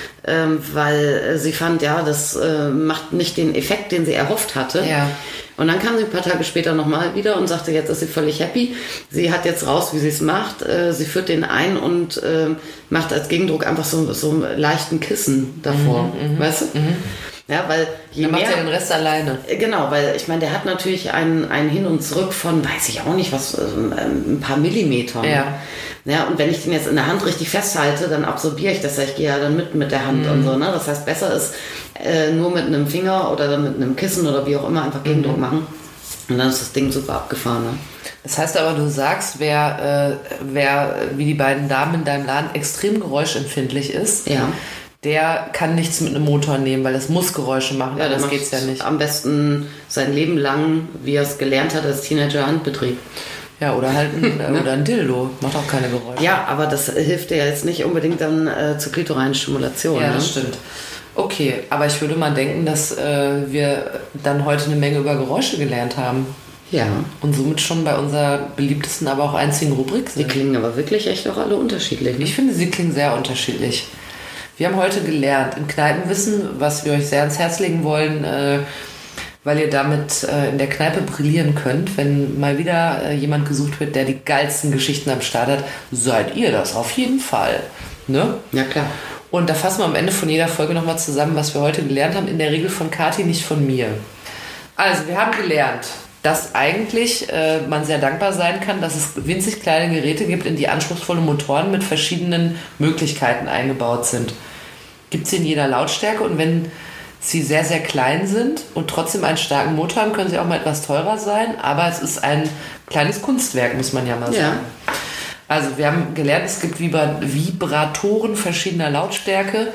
Speaker 3: weil sie fand, ja, das macht nicht den Effekt, den sie erhofft hatte.
Speaker 2: Ja.
Speaker 3: Und dann kam sie ein paar Tage später nochmal wieder und sagte, jetzt ist sie völlig happy. Sie hat jetzt raus, wie sie es macht. Sie führt den ein und macht als Gegendruck einfach so einen leichten Kissen davor. Weißt du? Ja, weil
Speaker 2: Dann macht er den Rest alleine.
Speaker 3: Genau, weil ich meine, der hat natürlich ein Hin und Zurück von, weiß ich auch nicht was, ein paar Millimetern.
Speaker 2: Ja.
Speaker 3: Ja, und wenn ich den jetzt in der Hand richtig festhalte, dann absorbiere ich das. Ich gehe ja dann mit der Hand und so. Ne? Das heißt, besser ist nur mit einem Finger oder dann mit einem Kissen oder wie auch immer einfach Gegendruck machen. Und dann ist das Ding super abgefahren. Ne?
Speaker 2: Das heißt aber, du sagst, wer wie die beiden Damen in deinem Laden extrem geräuschempfindlich ist,
Speaker 3: Ja.
Speaker 2: der kann nichts mit einem Motor nehmen, weil das muss Geräusche machen.
Speaker 3: Ja,
Speaker 2: das geht's ja nicht.
Speaker 3: Am besten sein Leben lang, wie er es gelernt hat als Teenager, Handbetrieb.
Speaker 2: Ja, oder halt oder ein Dildo. Macht auch keine Geräusche.
Speaker 3: Ja, aber das hilft dir jetzt nicht unbedingt dann zur klitoralen Stimulation.
Speaker 2: Ja,
Speaker 3: ne?
Speaker 2: das stimmt. Okay, aber ich würde mal denken, dass wir dann heute eine Menge über Geräusche gelernt haben.
Speaker 3: Ja.
Speaker 2: Und somit schon bei unserer beliebtesten, aber auch einzigen Rubrik
Speaker 3: Die
Speaker 2: sind.
Speaker 3: klingen aber wirklich echt auch alle unterschiedlich. Ne?
Speaker 2: Ich finde, sie klingen sehr unterschiedlich. Wir haben heute gelernt, im Kneipenwissen, was wir euch sehr ans Herz legen wollen, weil ihr damit in der Kneipe brillieren könnt, wenn mal wieder jemand gesucht wird, der die geilsten Geschichten am Start hat, seid ihr das auf jeden Fall. Ne?
Speaker 3: Ja, klar.
Speaker 2: Und da fassen wir am Ende von jeder Folge nochmal zusammen, was wir heute gelernt haben. In der Regel von Kathi, nicht von mir. Also, wir haben gelernt, dass eigentlich man sehr dankbar sein kann, dass es winzig kleine Geräte gibt, in die anspruchsvolle Motoren mit verschiedenen Möglichkeiten eingebaut sind. Gibt es in jeder Lautstärke und wenn sie sehr, sehr klein sind und trotzdem einen starken Motor haben, können sie auch mal etwas teurer sein, aber es ist ein kleines Kunstwerk, muss man ja mal sagen.
Speaker 3: Ja.
Speaker 2: Also wir haben gelernt, es gibt Vibratoren verschiedener Lautstärke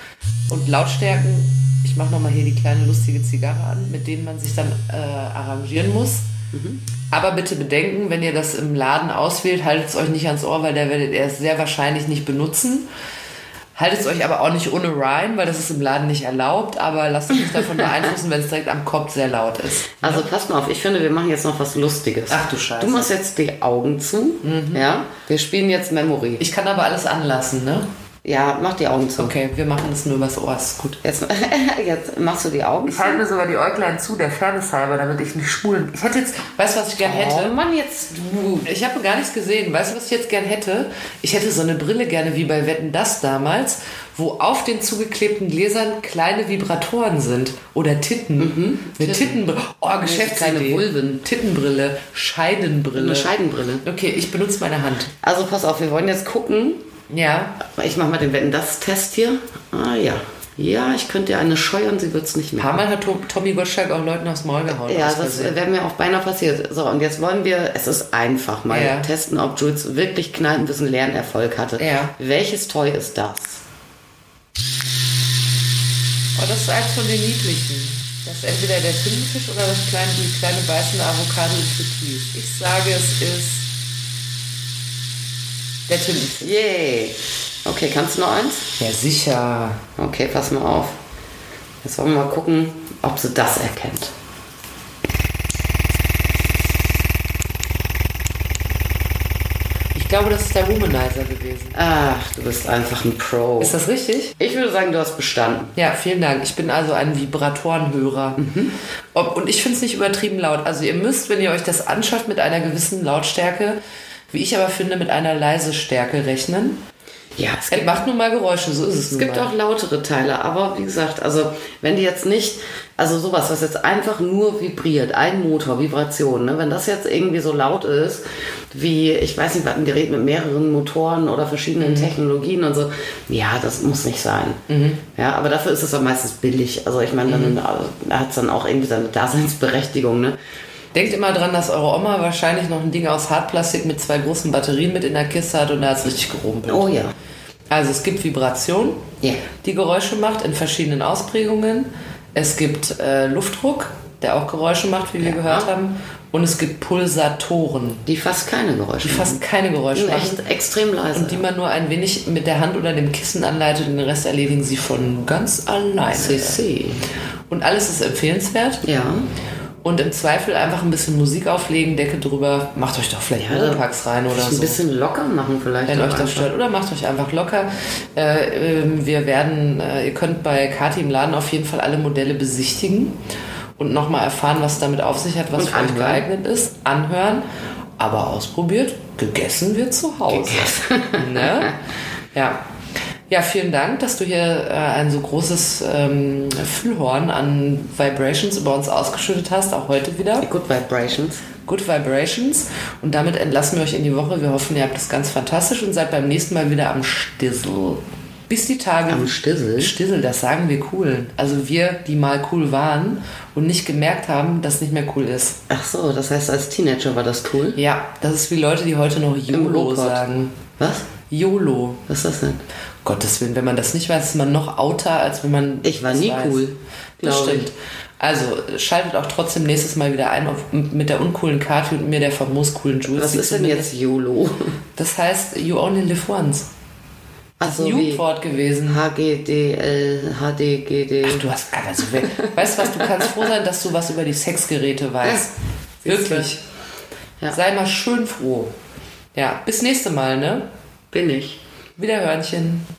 Speaker 2: und Lautstärken, ich mache nochmal hier die kleine lustige Zigarre an, mit denen man sich dann arrangieren muss. Aber bitte bedenken, wenn ihr das im Laden auswählt, haltet es euch nicht ans Ohr, weil der werdet ihr es sehr wahrscheinlich nicht benutzen. Haltet es euch aber auch nicht ohne Rhyme, weil das ist im Laden nicht erlaubt, aber lasst euch nicht davon beeinflussen, wenn es direkt am Kopf sehr laut ist.
Speaker 3: Also passt mal auf, ich finde, wir machen jetzt noch was Lustiges.
Speaker 2: Ach du Scheiße.
Speaker 3: Du machst jetzt die Augen zu, ja? Wir spielen jetzt Memory.
Speaker 2: Ich kann aber alles anlassen, ne?
Speaker 3: Ja, mach die Augen zu.
Speaker 2: Okay, wir machen das nur übers Ohr, ist gut.
Speaker 3: Jetzt machst du die Augen zu.
Speaker 2: Ich halte mir sogar die Äuglein zu, der Fairness halber, damit ich nicht schwulen. Ich hätte jetzt, weißt du, was ich gern hätte?
Speaker 3: Oh Mann, jetzt du.
Speaker 2: Ich habe gar nichts gesehen. Weißt du, was ich jetzt gern hätte? Ich hätte so eine Brille gerne wie bei Wetten, das damals, wo auf den zugeklebten Gläsern kleine Vibratoren sind. Oder Titten. Eine Tittenbrille. Oh, Geschäftsidee.
Speaker 3: Kleine Vulven.
Speaker 2: Tittenbrille. Scheidenbrille.
Speaker 3: Eine Scheidenbrille.
Speaker 2: Okay, ich benutze meine Hand.
Speaker 3: Also pass auf, wir wollen jetzt gucken.
Speaker 2: Ja.
Speaker 3: Ich mache mal den Wetten-das-Test hier. Ah ja. Ja, ich könnte dir eine scheuern, sie wird es nicht
Speaker 2: Ein
Speaker 3: mehr.
Speaker 2: paar Mal hat Tommy Gottschalk auch Leuten aufs Maul gehauen.
Speaker 3: Ja,
Speaker 2: aus
Speaker 3: das
Speaker 2: Versehen.
Speaker 3: wäre mir auch beinahe passiert. So, und jetzt wollen wir, es ist einfach mal
Speaker 2: Ja.
Speaker 3: testen, ob Jules wirklich Kneipenwissen Lernerfolg hatte.
Speaker 2: Ja.
Speaker 3: Welches Toy ist das?
Speaker 2: Oh, das ist eins von den niedlichen. Das ist entweder der Tintenfisch oder die kleine beißende Avocado Frittise. Ich sage, es ist der Tintenfisch.
Speaker 3: Yay! Okay, kannst du noch eins?
Speaker 2: Ja, sicher.
Speaker 3: Okay, pass mal auf. Jetzt wollen wir mal gucken, ob sie das erkennt.
Speaker 2: Ich glaube, das ist der Womanizer gewesen.
Speaker 3: Ach, du bist einfach ein Pro.
Speaker 2: Ist das richtig?
Speaker 3: Ich würde sagen, du hast bestanden.
Speaker 2: Ja, vielen Dank. Ich bin also ein Vibratorenhörer. Und ich finde es nicht übertrieben laut. Also ihr müsst, wenn ihr euch das anschaut, mit einer gewissen Lautstärke, wie ich aber finde, mit einer leise Stärke rechnen.
Speaker 3: Ja,
Speaker 2: Es macht nun mal Geräusche, so ist es.
Speaker 3: Es gibt auch lautere Teile, aber wie gesagt, also wenn die jetzt nicht, also sowas, was jetzt einfach nur vibriert, ein Motor, Vibration, ne? Wenn das jetzt irgendwie so laut ist, wie, ich weiß nicht, ein Gerät mit mehreren Motoren oder verschiedenen Technologien und so, ja, das muss nicht sein. Ja, aber dafür ist es dann meistens billig. Also ich meine, dann hat es dann auch irgendwie seine Daseinsberechtigung, ne?
Speaker 2: Denkt immer dran, dass eure Oma wahrscheinlich noch ein Ding aus Hartplastik mit 2 großen Batterien mit in der Kiste hat und da hat es richtig gerumpelt.
Speaker 3: Oh ja.
Speaker 2: Also es gibt Vibration,
Speaker 3: Ja.
Speaker 2: die Geräusche macht in verschiedenen Ausprägungen. Es gibt Luftdruck, der auch Geräusche macht, wie wir gehört haben. Und es gibt Pulsatoren,
Speaker 3: Die fast keine Geräusche
Speaker 2: die fast keine Geräusche machen.
Speaker 3: echt extrem leise.
Speaker 2: Und die man nur ein wenig mit der Hand oder dem Kissen anleitet und den Rest erledigen sie von ganz alleine.
Speaker 3: CC.
Speaker 2: Und alles ist empfehlenswert.
Speaker 3: Ja.
Speaker 2: Und im Zweifel einfach ein bisschen Musik auflegen, Decke drüber, macht euch doch vielleicht Oropax rein oder
Speaker 3: Ein
Speaker 2: so.
Speaker 3: bisschen locker machen vielleicht.
Speaker 2: Wenn
Speaker 3: auch
Speaker 2: euch das
Speaker 3: einfach.
Speaker 2: stört. Oder macht euch einfach locker. Ihr könnt bei Kati im Laden auf jeden Fall alle Modelle besichtigen und nochmal erfahren, was damit auf sich hat, was
Speaker 3: Und
Speaker 2: für euch
Speaker 3: anhören.
Speaker 2: geeignet ist. Anhören, aber ausprobiert. Gegessen wird zu Hause. Ne? Ja. Ja, vielen Dank, dass du hier ein so großes Füllhorn an Vibrations über uns ausgeschüttet hast, auch heute wieder.
Speaker 3: Good Vibrations.
Speaker 2: Good Vibrations. Und damit entlassen wir euch in die Woche. Wir hoffen, ihr habt es ganz fantastisch und seid beim nächsten Mal wieder am Stissel. Bis die Tage...
Speaker 3: Am Stissel?
Speaker 2: Stissel, das sagen wir Coolen. Also wir, die mal cool waren und nicht gemerkt haben, dass es nicht mehr cool ist.
Speaker 3: Ach so, das heißt, als Teenager war das cool?
Speaker 2: Ja, das ist wie Leute, die heute noch YOLO
Speaker 3: Ruhrpott.
Speaker 2: sagen.
Speaker 3: Was?
Speaker 2: YOLO.
Speaker 3: Was ist das denn?
Speaker 2: Gottes Willen, wenn man das nicht weiß, ist man noch outer, als wenn man
Speaker 3: Ich war
Speaker 2: das
Speaker 3: nie
Speaker 2: weiß.
Speaker 3: cool,
Speaker 2: Das
Speaker 3: glaub
Speaker 2: stimmt.
Speaker 3: ich.
Speaker 2: Also schaltet auch trotzdem nächstes Mal wieder ein mit der uncoolen Kati und mir, der famos coolen Jules.
Speaker 3: Was
Speaker 2: die
Speaker 3: ist denn
Speaker 2: zumindest-
Speaker 3: jetzt YOLO?
Speaker 2: Das heißt, you only live once. Das ist
Speaker 3: so
Speaker 2: ein
Speaker 3: wie
Speaker 2: Jugendwort gewesen.
Speaker 3: HGDL, HDGD.
Speaker 2: Du hast, also, weißt du was, du kannst froh sein, dass du was über die Sexgeräte weißt.
Speaker 3: Ja.
Speaker 2: Wirklich.
Speaker 3: Ja.
Speaker 2: Sei mal schön froh. Ja, bis nächste Mal, ne?
Speaker 3: Bin ich.
Speaker 2: Wiederhörnchen.